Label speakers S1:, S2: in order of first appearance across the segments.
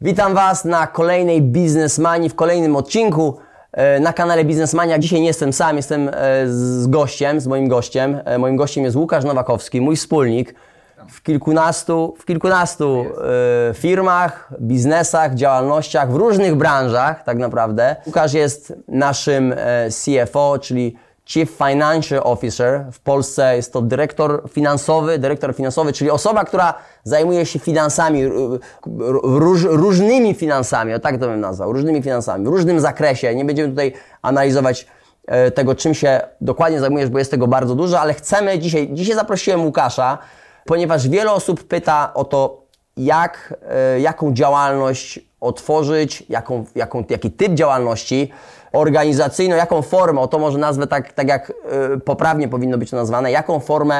S1: Witam Was na kolejnej Biznesmanii, w kolejnym odcinku na kanale Biznesmania. Dzisiaj nie jestem sam, jestem z gościem, z moim gościem. Moim gościem jest Łukasz Nowakowski, mój wspólnik w kilkunastu firmach, biznesach, działalnościach, w różnych branżach tak naprawdę. Łukasz jest naszym CFO, czyli Chief Financial Officer. W Polsce jest to dyrektor finansowy, czyli osoba, która zajmuje się finansami, różnymi finansami, o tak to bym nazwał, różnymi finansami, w różnym zakresie. Nie będziemy tutaj analizować tego, czym się dokładnie zajmujesz, bo jest tego bardzo dużo, ale chcemy dzisiaj zaprosiłem Łukasza, ponieważ wiele osób pyta o to, jaką działalność otworzyć, jaki typ działalności organizacyjną, jaką formę, o to może nazwę tak jak poprawnie powinno być to nazwane, jaką formę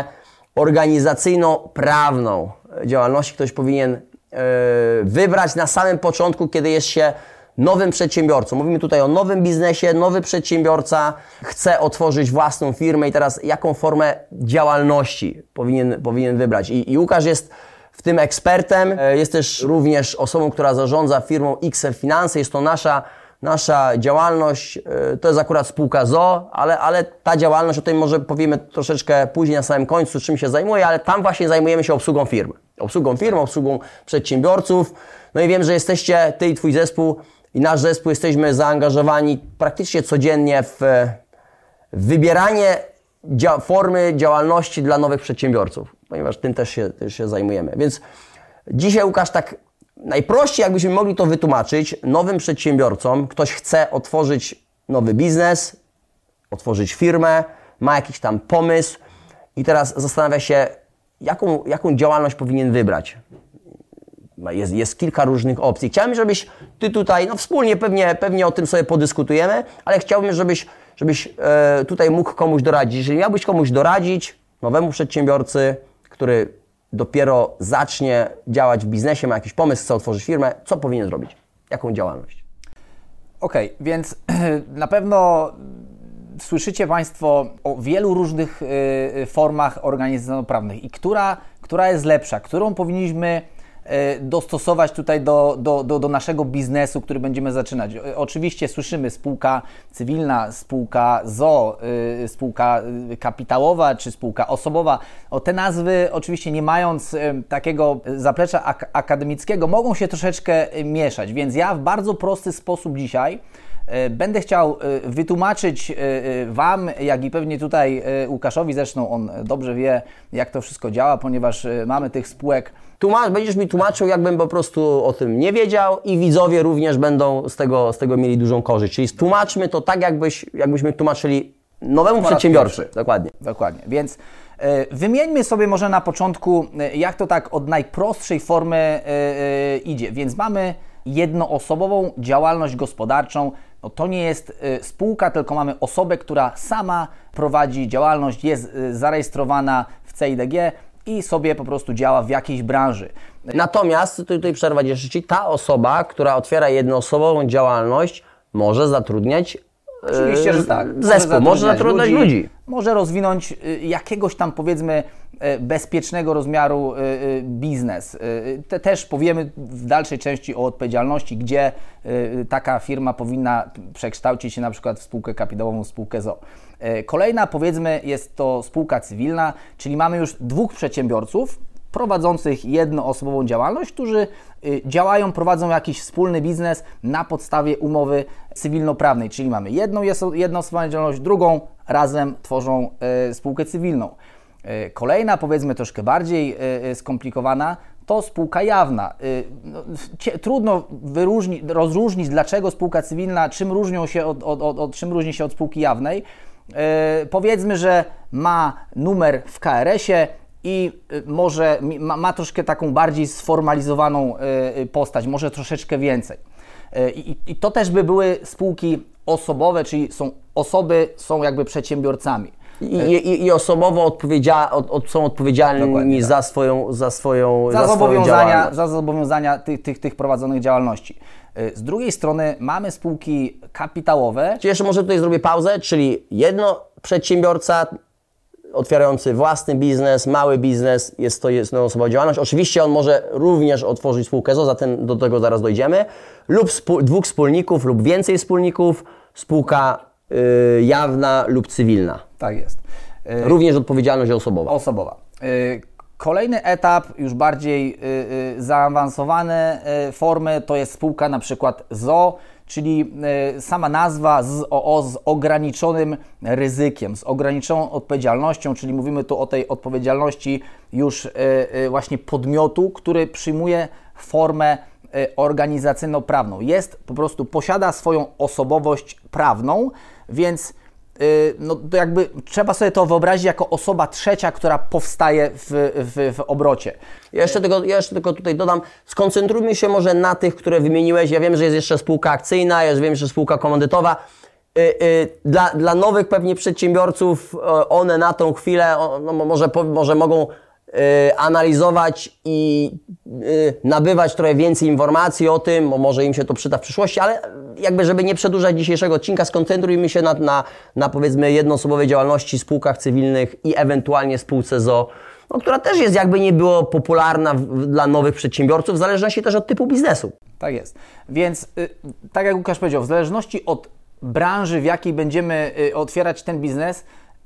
S1: organizacyjno-prawną działalności ktoś powinien wybrać na samym początku, kiedy jest się nowym przedsiębiorcą. Mówimy tutaj o nowym biznesie, nowy przedsiębiorca chce otworzyć własną firmę i teraz jaką formę działalności powinien wybrać. I Łukasz jest w tym ekspertem, jest też również osobą, która zarządza firmą XL Finanse, jest to nasza działalność, to jest akurat spółka z o.o., ale ta działalność, o tej może powiemy troszeczkę później na samym końcu, czym się zajmuje, ale tam właśnie zajmujemy się obsługą firmy. Obsługą przedsiębiorców. No i wiem, że jesteście, Ty i Twój zespół i nasz zespół, jesteśmy zaangażowani praktycznie codziennie w wybieranie formy działalności dla nowych przedsiębiorców, ponieważ tym też się zajmujemy. Więc dzisiaj, Łukasz, tak najprościej, jakbyśmy mogli to wytłumaczyć, nowym przedsiębiorcom, ktoś chce otworzyć nowy biznes, otworzyć firmę, ma jakiś tam pomysł i teraz zastanawia się, jaką działalność powinien wybrać. Jest kilka różnych opcji. Chciałbym, żebyś Ty tutaj, wspólnie pewnie o tym sobie podyskutujemy, ale chciałbym, żebyś tutaj mógł komuś doradzić. Jeżeli miałbyś komuś doradzić, nowemu przedsiębiorcy, który dopiero zacznie działać w biznesie, ma jakiś pomysł, chce otworzyć firmę, co powinien zrobić? Jaką działalność?
S2: Okej, więc na pewno słyszycie Państwo o wielu różnych formach organizacyjno-prawnych i która jest lepsza, którą powinniśmy dostosować tutaj do naszego biznesu, który będziemy zaczynać. Oczywiście słyszymy spółka cywilna, spółka z o.o., spółka kapitałowa czy spółka osobowa. Te nazwy oczywiście nie mając takiego zaplecza akademickiego mogą się troszeczkę mieszać, więc ja w bardzo prosty sposób dzisiaj będę chciał wytłumaczyć Wam, jak i pewnie tutaj Łukaszowi, zresztą on dobrze wie, jak to wszystko działa, ponieważ mamy tych spółek.
S1: Będziesz mi tłumaczył, jakbym po prostu o tym nie wiedział i widzowie również będą z tego mieli dużą korzyść. Czyli tłumaczmy to tak, jakbyśmy tłumaczyli nowemu przedsiębiorcy.
S2: Dokładnie. Więc wymieńmy sobie może na początku, jak to tak od najprostszej formy idzie. Więc mamy jednoosobową działalność gospodarczą. To nie jest spółka, tylko mamy osobę, która sama prowadzi działalność, jest zarejestrowana w CEIDG i sobie po prostu działa w jakiejś branży.
S1: Natomiast, tutaj przerwać jeszcze, czyli ta osoba, która otwiera jednoosobową działalność, może zatrudniać
S2: oczywiście, że tak.
S1: Zespół, może zatrudniać ludzi.
S2: Może rozwinąć jakiegoś tam, powiedzmy, bezpiecznego rozmiaru biznes. Też powiemy w dalszej części o odpowiedzialności, gdzie taka firma powinna przekształcić się na przykład w spółkę kapitałową, w spółkę z o.o. Kolejna, powiedzmy, jest to spółka cywilna, czyli mamy już dwóch przedsiębiorców prowadzących jednoosobową działalność, którzy prowadzą jakiś wspólny biznes na podstawie umowy cywilnoprawnej, czyli mamy jednoosobową działalność, drugą razem tworzą spółkę cywilną. Kolejna, powiedzmy troszkę bardziej skomplikowana, to spółka jawna. Trudno rozróżnić, dlaczego spółka cywilna, czym różni się od spółki jawnej. Powiedzmy, że ma numer w KRS-ie i może ma troszkę taką bardziej sformalizowaną postać, może troszeczkę więcej. I to też by były spółki osobowe, czyli są jakby przedsiębiorcami.
S1: I osobowo są odpowiedzialni za swoją działalność.
S2: Za zobowiązania tych prowadzonych działalności. Z drugiej strony mamy spółki kapitałowe.
S1: Czyli jeszcze może tutaj zrobię pauzę, czyli przedsiębiorca otwierający własny biznes, mały biznes, jest to jednoosobowa działalność. Oczywiście on może również otworzyć spółkę ZOO, zatem do tego zaraz dojdziemy, lub dwóch wspólników lub więcej wspólników, spółka jawna lub cywilna.
S2: Tak jest.
S1: Również odpowiedzialność osobowa.
S2: Kolejny etap, już bardziej zaawansowane formy, to jest spółka na przykład ZOO, czyli sama nazwa ZOO z ograniczonym ryzykiem, z ograniczoną odpowiedzialnością, czyli mówimy tu o tej odpowiedzialności już właśnie podmiotu, który przyjmuje formę organizacyjno-prawną. Po prostu posiada swoją osobowość prawną, więc no to jakby trzeba sobie to wyobrazić jako osoba trzecia, która powstaje w obrocie.
S1: Ja jeszcze tylko tutaj dodam, skoncentrujmy się może na tych, które wymieniłeś. Ja wiem, że jest jeszcze spółka akcyjna, ja wiem, że spółka komandytowa. Dla nowych pewnie przedsiębiorców one na tą chwilę może mogą analizować i nabywać trochę więcej informacji o tym, bo może im się to przyda w przyszłości, ale jakby żeby nie przedłużać dzisiejszego odcinka, skoncentrujmy się na powiedzmy jednoosobowej działalności, spółkach cywilnych i ewentualnie spółce ZOO, która też jest jakby nie było popularna dla nowych przedsiębiorców, w zależności też od typu biznesu.
S2: Tak jest. Więc tak jak Łukasz powiedział, w zależności od branży, w jakiej będziemy otwierać ten biznes,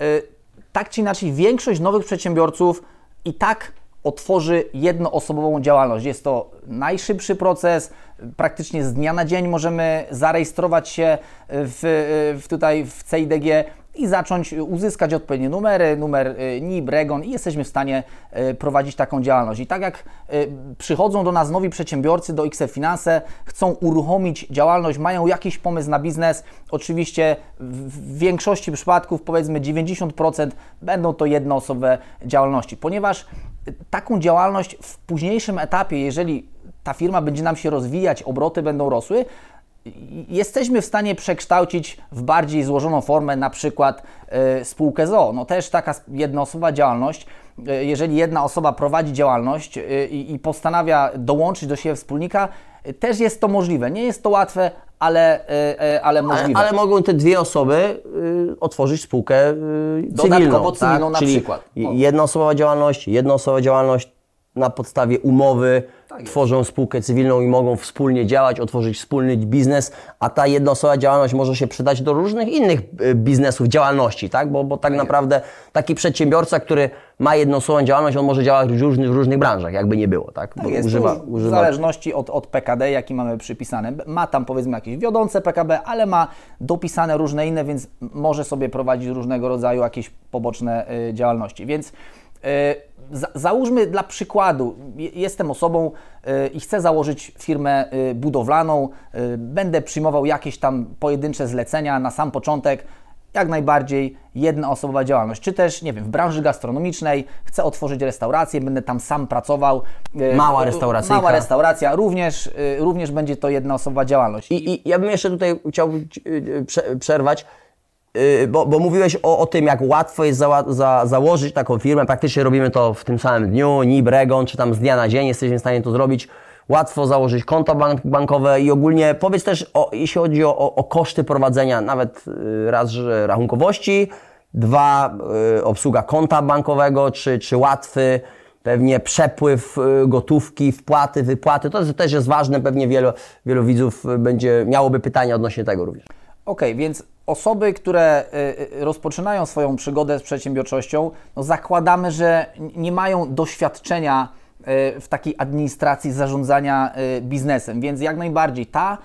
S2: tak czy inaczej większość nowych przedsiębiorców i tak otworzy jednoosobową działalność. Jest to najszybszy proces, praktycznie z dnia na dzień możemy zarejestrować się tutaj w CIDG i zacząć uzyskać odpowiednie numer NIP, REGON i jesteśmy w stanie prowadzić taką działalność. I tak jak przychodzą do nas nowi przedsiębiorcy, do XF Finance, chcą uruchomić działalność, mają jakiś pomysł na biznes, oczywiście w większości przypadków, powiedzmy 90%, będą to jednoosobowe działalności, ponieważ taką działalność w późniejszym etapie, jeżeli ta firma będzie nam się rozwijać, obroty będą rosły, jesteśmy w stanie przekształcić w bardziej złożoną formę, na przykład spółkę ZOO. No też taka jednoosobowa działalność, jeżeli jedna osoba prowadzi działalność i postanawia dołączyć do siebie wspólnika, też jest to możliwe. Nie jest to łatwe, ale możliwe.
S1: Ale mogą te dwie osoby otworzyć spółkę cywilną.
S2: Dodatkowo cywilną,
S1: tak?
S2: na
S1: Czyli
S2: przykład.
S1: jednoosobowa działalność na podstawie umowy tworzą spółkę cywilną i mogą wspólnie działać, otworzyć wspólny biznes, a ta jednoosobowa działalność może się przydać do różnych innych biznesów, działalności, tak? Bo tak naprawdę taki przedsiębiorca, który ma jednoosobową działalność, on może działać w różnych branżach, jakby nie było, tak? Bo
S2: używa. W zależności od PKD, jaki mamy przypisane. Ma tam powiedzmy jakieś wiodące PKB, ale ma dopisane różne inne, więc może sobie prowadzić różnego rodzaju jakieś poboczne działalności. Więc załóżmy dla przykładu, jestem osobą i chcę założyć firmę budowlaną, będę przyjmował jakieś tam pojedyncze zlecenia na sam początek, jak najbardziej jednoosobowa działalność, czy też, nie wiem, w branży gastronomicznej chcę otworzyć restaurację, będę tam sam pracował.
S1: Mała restauracja,
S2: również będzie to jednoosobowa działalność.
S1: I ja bym jeszcze tutaj chciał przerwać, bo mówiłeś o tym, jak łatwo jest założyć taką firmę. Praktycznie robimy to w tym samym dniu, NIP, REGON, czy tam z dnia na dzień jesteśmy w stanie to zrobić. Łatwo założyć konto bankowe i ogólnie powiedz też, jeśli chodzi o koszty prowadzenia, nawet raz, że rachunkowości, dwa, obsługa konta bankowego, czy łatwy pewnie przepływ gotówki, wpłaty, wypłaty. To też jest ważne, pewnie wielu widzów miałoby pytania odnośnie tego również.
S2: Okej, więc osoby, które rozpoczynają swoją przygodę z przedsiębiorczością, no zakładamy, że nie mają doświadczenia w takiej administracji zarządzania biznesem, więc jak najbardziej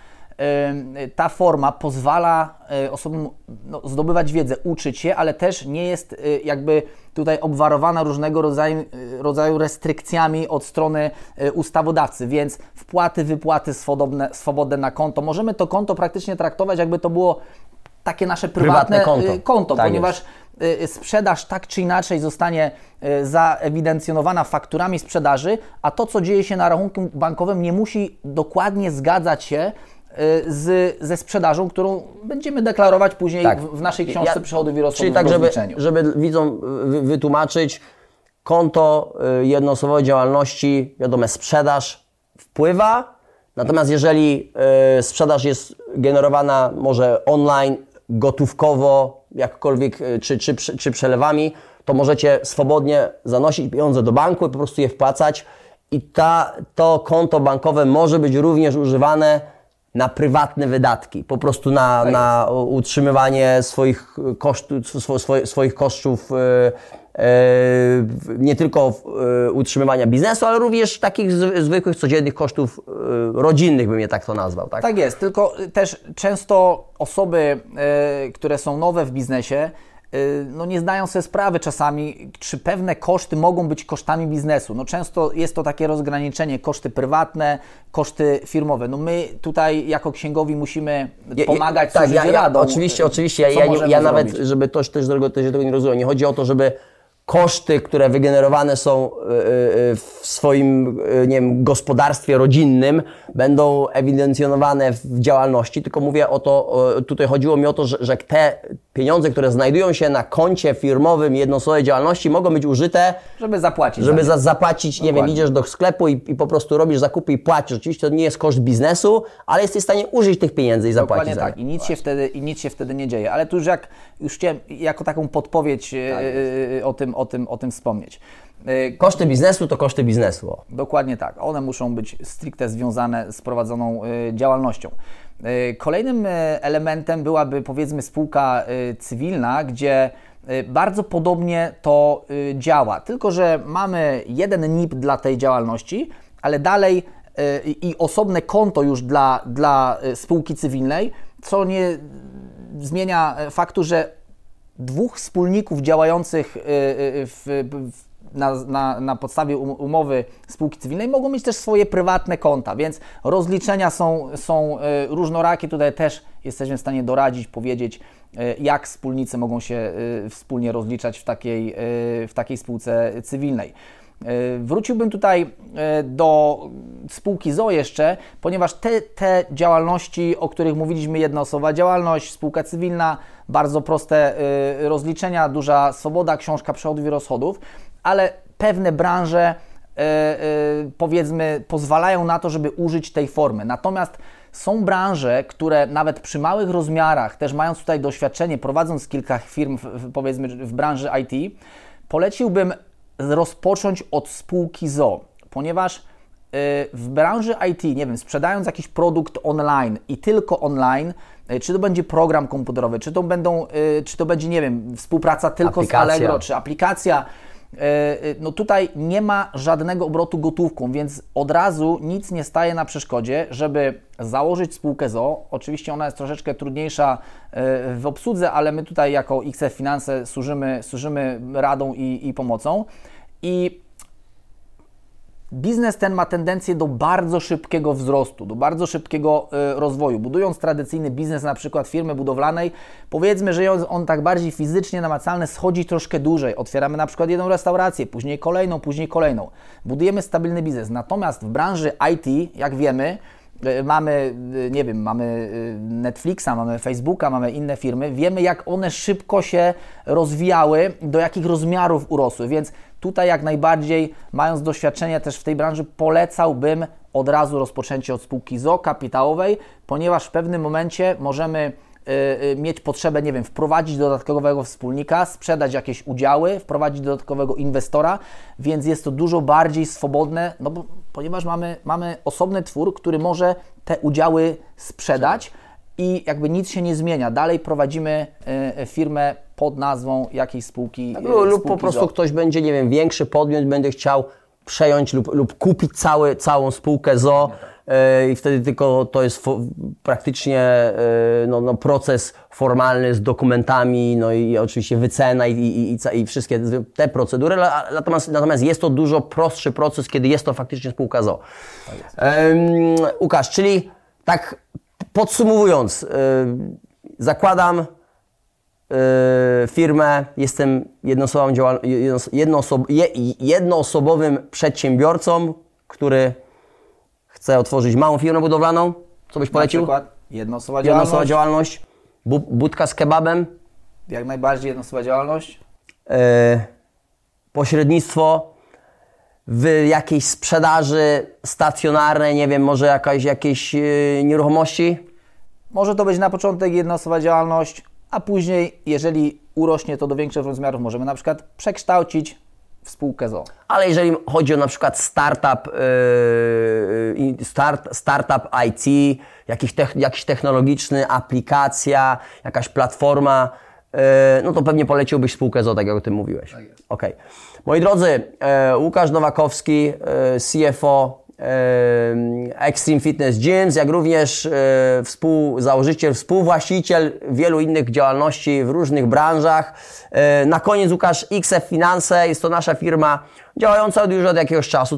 S2: ta forma pozwala osobom zdobywać wiedzę, uczyć się, ale też nie jest jakby tutaj obwarowana różnego rodzaju restrykcjami od strony ustawodawcy, więc wpłaty, wypłaty swobodne na konto. Możemy to konto praktycznie traktować, jakby to było takie nasze prywatne konto, tak, ponieważ sprzedaż tak czy inaczej zostanie zaewidencjonowana fakturami sprzedaży, a to, co dzieje się na rachunku bankowym, nie musi dokładnie zgadzać się ze sprzedażą, którą będziemy deklarować później w naszej książce przychodów i rozchodów.
S1: Czyli tak, żeby widzom wytłumaczyć, konto jednoosobowej działalności, wiadomo, sprzedaż wpływa, natomiast jeżeli sprzedaż jest generowana może online, gotówkowo, jakkolwiek, czy przelewami, to możecie swobodnie zanosić pieniądze do banku i po prostu je wpłacać i to konto bankowe może być również używane na prywatne wydatki, po prostu na utrzymywanie swoich kosztów, nie tylko utrzymywania biznesu, ale również takich zwykłych, codziennych kosztów rodzinnych, bym je tak to nazwał. Tak?
S2: Tak jest, tylko też często osoby, które są nowe w biznesie, no nie zdają sobie sprawy czasami, czy pewne koszty mogą być kosztami biznesu. No często jest to takie rozgraniczenie, koszty prywatne, koszty firmowe. No my tutaj jako księgowi musimy pomagać, służyć radą.
S1: Oczywiście. Ja nawet, żeby też tego nie rozumiem, nie chodzi o to, żeby koszty, które wygenerowane są w swoim, nie wiem, gospodarstwie rodzinnym, będą ewidencjonowane w działalności, tylko mówię o to, tutaj chodziło mi o to, że te pieniądze, które znajdują się na koncie firmowym jednoosobowej działalności, mogą być użyte,
S2: żeby zapłacić.
S1: Zapłacić, nie wiem, idziesz do sklepu i po prostu robisz zakupy i płacisz. Oczywiście to nie jest koszt biznesu, ale jesteś w stanie użyć tych pieniędzy i zapłacić.
S2: Dokładnie tak. I nic się wtedy nie dzieje. Ale tu już chciałem jako taką podpowiedź o tym wspomnieć.
S1: Koszty biznesu to koszty biznesu.
S2: Dokładnie tak. One muszą być stricte związane z prowadzoną działalnością. Kolejnym elementem byłaby, powiedzmy, spółka cywilna, gdzie bardzo podobnie to działa, tylko że mamy jeden NIP dla tej działalności, ale dalej i osobne konto już dla spółki cywilnej, co nie zmienia faktu, że dwóch wspólników działających na podstawie umowy spółki cywilnej mogą mieć też swoje prywatne konta, więc rozliczenia są różnorakie. Tutaj też jesteśmy w stanie doradzić, powiedzieć, jak wspólnicy mogą się wspólnie rozliczać w takiej spółce cywilnej. Wróciłbym tutaj do spółki ZOO jeszcze, ponieważ te działalności, o których mówiliśmy, jednoosobowa działalność, spółka cywilna, bardzo proste rozliczenia, duża swoboda, książka przychodów i rozchodów, ale pewne branże, powiedzmy, pozwalają na to, żeby użyć tej formy. Natomiast są branże, które nawet przy małych rozmiarach, też mając tutaj doświadczenie, prowadząc kilka firm, powiedzmy, w branży IT, poleciłbym rozpocząć od spółki ZOO, ponieważ w branży IT, nie wiem, sprzedając jakiś produkt online i tylko online, czy to będzie program komputerowy, czy to będzie, nie wiem, współpraca tylko z Allegro, czy aplikacja, no tutaj nie ma żadnego obrotu gotówką, więc od razu nic nie staje na przeszkodzie, żeby założyć spółkę ZOO. Oczywiście ona jest troszeczkę trudniejsza w obsłudze, ale my tutaj jako XF Finanse służymy radą i pomocą. I biznes ten ma tendencję do bardzo szybkiego wzrostu, do bardzo szybkiego rozwoju. Budując tradycyjny biznes, na przykład firmy budowlanej, powiedzmy, że on tak bardziej fizycznie namacalny schodzi troszkę dłużej. Otwieramy na przykład jedną restaurację, później kolejną. Budujemy stabilny biznes. Natomiast w branży IT, jak wiemy, mamy, nie wiem, mamy Netflixa, mamy Facebooka, mamy inne firmy, wiemy, jak one szybko się rozwijały, do jakich rozmiarów urosły, więc tutaj jak najbardziej, mając doświadczenie też w tej branży, polecałbym od razu rozpoczęcie od spółki ZOO kapitałowej, ponieważ w pewnym momencie możemy mieć potrzebę, nie wiem, wprowadzić dodatkowego wspólnika, sprzedać jakieś udziały, wprowadzić dodatkowego inwestora, więc jest to dużo bardziej swobodne, no bo, ponieważ mamy osobny twór, który może te udziały sprzedać i jakby nic się nie zmienia. Dalej prowadzimy firmę pod nazwą jakiejś spółki.
S1: Lub po prostu ZOO. Ktoś będzie, nie wiem, większy podmiot będzie chciał przejąć lub kupić całą spółkę ZOO. I wtedy tylko to jest praktycznie proces formalny z dokumentami, no i oczywiście wycena i wszystkie te procedury, natomiast jest to dużo prostszy proces, kiedy jest to faktycznie spółka ZOO. Łukasz, czyli tak podsumowując, zakładam firmę, jestem jednoosobowym przedsiębiorcą, który chce otworzyć małą firmę budowlaną. Co byś polecił?
S2: Na przykład jednoosobowa
S1: działalność. Budka z kebabem.
S2: Jak najbardziej jednoosobowa działalność.
S1: Pośrednictwo w jakiejś sprzedaży stacjonarnej, nie wiem, może jakieś nieruchomości?
S2: Może to być na początek jednoosobowa działalność, a później, jeżeli urośnie to do większych rozmiarów, możemy na przykład przekształcić w spółkę z o.o.
S1: Ale jeżeli chodzi o na przykład startup IT, jakiś technologiczny, aplikacja, jakaś platforma, no to pewnie poleciłbyś spółkę z o.o., tak jak o tym mówiłeś.
S2: Tak jest.
S1: Okay. Moi drodzy, Łukasz Nowakowski, CFO Extreme Fitness Gyms, jak również współzałożyciel, współwłaściciel wielu innych działalności w różnych branżach. Na koniec Łukasz, XF Finanse, jest to nasza firma działająca już od jakiegoś czasu.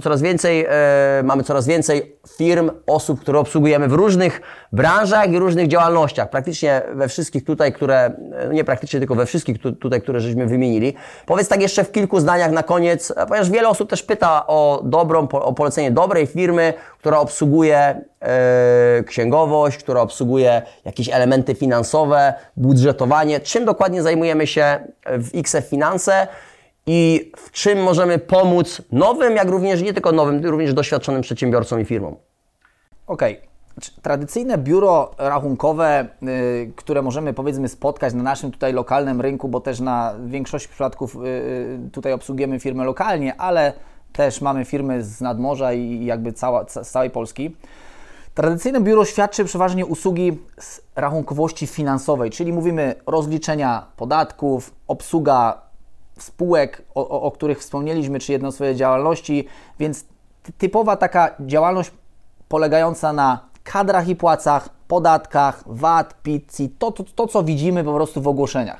S1: Mamy coraz więcej firm, osób, które obsługujemy w różnych branżach i różnych działalnościach. Praktycznie we wszystkich tutaj, nie praktycznie, tylko we wszystkich tutaj, które żeśmy wymienili. Powiedz tak jeszcze w kilku zdaniach na koniec, ponieważ wiele osób też pyta o polecenie dobrej firmy, która obsługuje księgowość, która obsługuje jakieś elementy finansowe, budżetowanie. Czym dokładnie zajmujemy się w XF Finanse i w czym możemy pomóc nowym, jak również nie tylko nowym, również doświadczonym przedsiębiorcom i firmom?
S2: Okej. Tradycyjne biuro rachunkowe, które możemy powiedzmy spotkać na naszym tutaj lokalnym rynku, bo też na większości przypadków tutaj obsługujemy firmy lokalnie, ale też mamy firmy z nadmorza i jakby z całej Polski. Tradycyjne biuro świadczy przeważnie usługi z rachunkowości finansowej, czyli mówimy rozliczenia podatków, obsługa spółek, o których wspomnieliśmy, czy jednostkowej działalności, więc typowa taka działalność polegająca na kadrach i płacach, podatkach, VAT, PIT, CIT, to co widzimy po prostu w ogłoszeniach.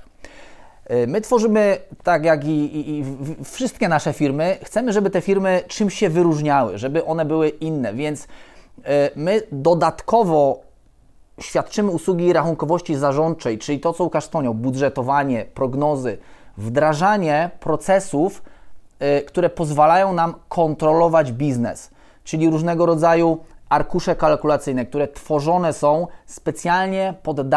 S2: My tworzymy, tak jak i wszystkie nasze firmy, chcemy, żeby te firmy czymś się wyróżniały, żeby one były inne, więc my dodatkowo świadczymy usługi rachunkowości zarządczej, czyli to, co Łukasz wspomniał, budżetowanie, prognozy, wdrażanie procesów, które pozwalają nam kontrolować biznes, czyli różnego rodzaju arkusze kalkulacyjne, które tworzone są specjalnie pod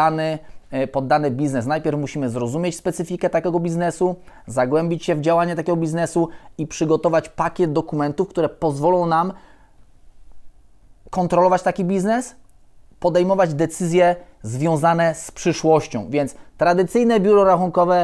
S2: dany biznes. Najpierw musimy zrozumieć specyfikę takiego biznesu, zagłębić się w działanie takiego biznesu i przygotować pakiet dokumentów, które pozwolą nam kontrolować taki biznes, podejmować decyzje związane z przyszłością. Więc tradycyjne biuro rachunkowe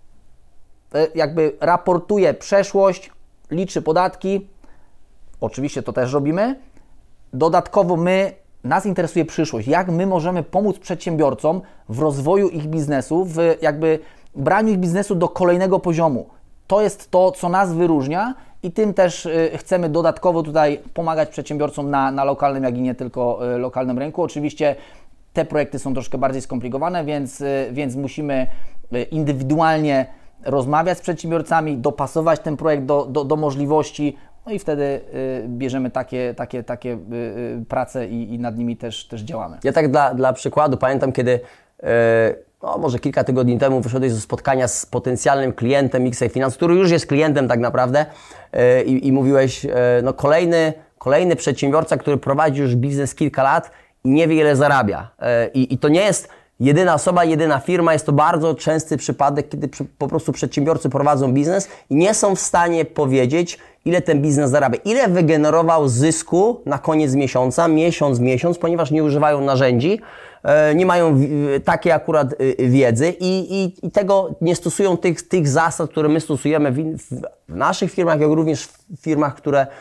S2: jakby raportuje przeszłość, liczy podatki, oczywiście to też robimy. Dodatkowo nas interesuje przyszłość, jak my możemy pomóc przedsiębiorcom w rozwoju ich biznesu, w jakby braniu ich biznesu do kolejnego poziomu. To jest to, co nas wyróżnia i tym też chcemy dodatkowo tutaj pomagać przedsiębiorcom na lokalnym, jak i nie tylko lokalnym rynku. Oczywiście te projekty są troszkę bardziej skomplikowane, więc musimy indywidualnie rozmawiać z przedsiębiorcami, dopasować ten projekt do możliwości, no i wtedy bierzemy takie prace i nad nimi też działamy.
S1: Ja tak dla przykładu pamiętam, kiedy może kilka tygodni temu wyszedłeś ze spotkania z potencjalnym klientem XF Finans, który już jest klientem tak naprawdę i mówiłeś, kolejny przedsiębiorca, który prowadzi już biznes kilka lat i nie wie, ile zarabia. I to nie jest jedyna osoba, jedyna firma, jest to bardzo częsty przypadek, kiedy po prostu przedsiębiorcy prowadzą biznes i nie są w stanie powiedzieć, ile ten biznes zarabia, ile wygenerował zysku na koniec miesiąca, miesiąc, ponieważ nie używają narzędzi, nie mają takiej akurat wiedzy i tego nie stosują tych zasad, które my stosujemy w naszych firmach, jak również w firmach,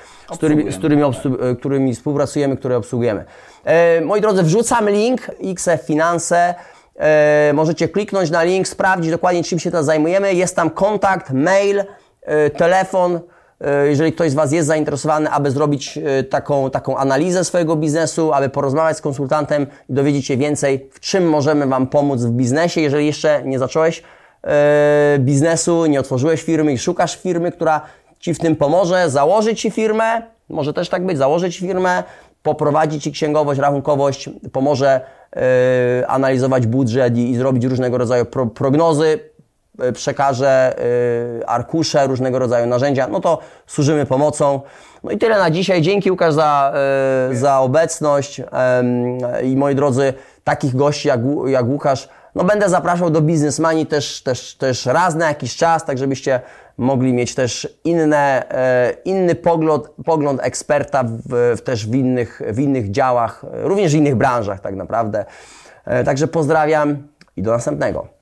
S1: z którymi współpracujemy, które obsługujemy. Moi drodzy, wrzucam link XF Finanse. Możecie kliknąć na link, sprawdzić dokładnie, czym się teraz zajmujemy. Jest tam kontakt, mail, telefon. Jeżeli ktoś z Was jest zainteresowany, aby zrobić taką analizę swojego biznesu, aby porozmawiać z konsultantem i dowiedzieć się więcej, w czym możemy Wam pomóc w biznesie. Jeżeli jeszcze nie zacząłeś biznesu, nie otworzyłeś firmy i szukasz firmy, która Ci w tym pomoże, założy Ci firmę, może też tak być, założy Ci firmę, poprowadzi Ci księgowość, rachunkowość, pomoże analizować budżet i zrobić różnego rodzaju prognozy, przekaże arkusze, różnego rodzaju narzędzia, no to służymy pomocą. No i tyle na dzisiaj. Dzięki, Łukasz, za obecność i moi drodzy, takich gości jak Łukasz, no będę zapraszał do Business Money też raz na jakiś czas, tak żebyście mogli mieć też inny pogląd eksperta też w innych działach, również w innych branżach tak naprawdę. Także pozdrawiam i do następnego.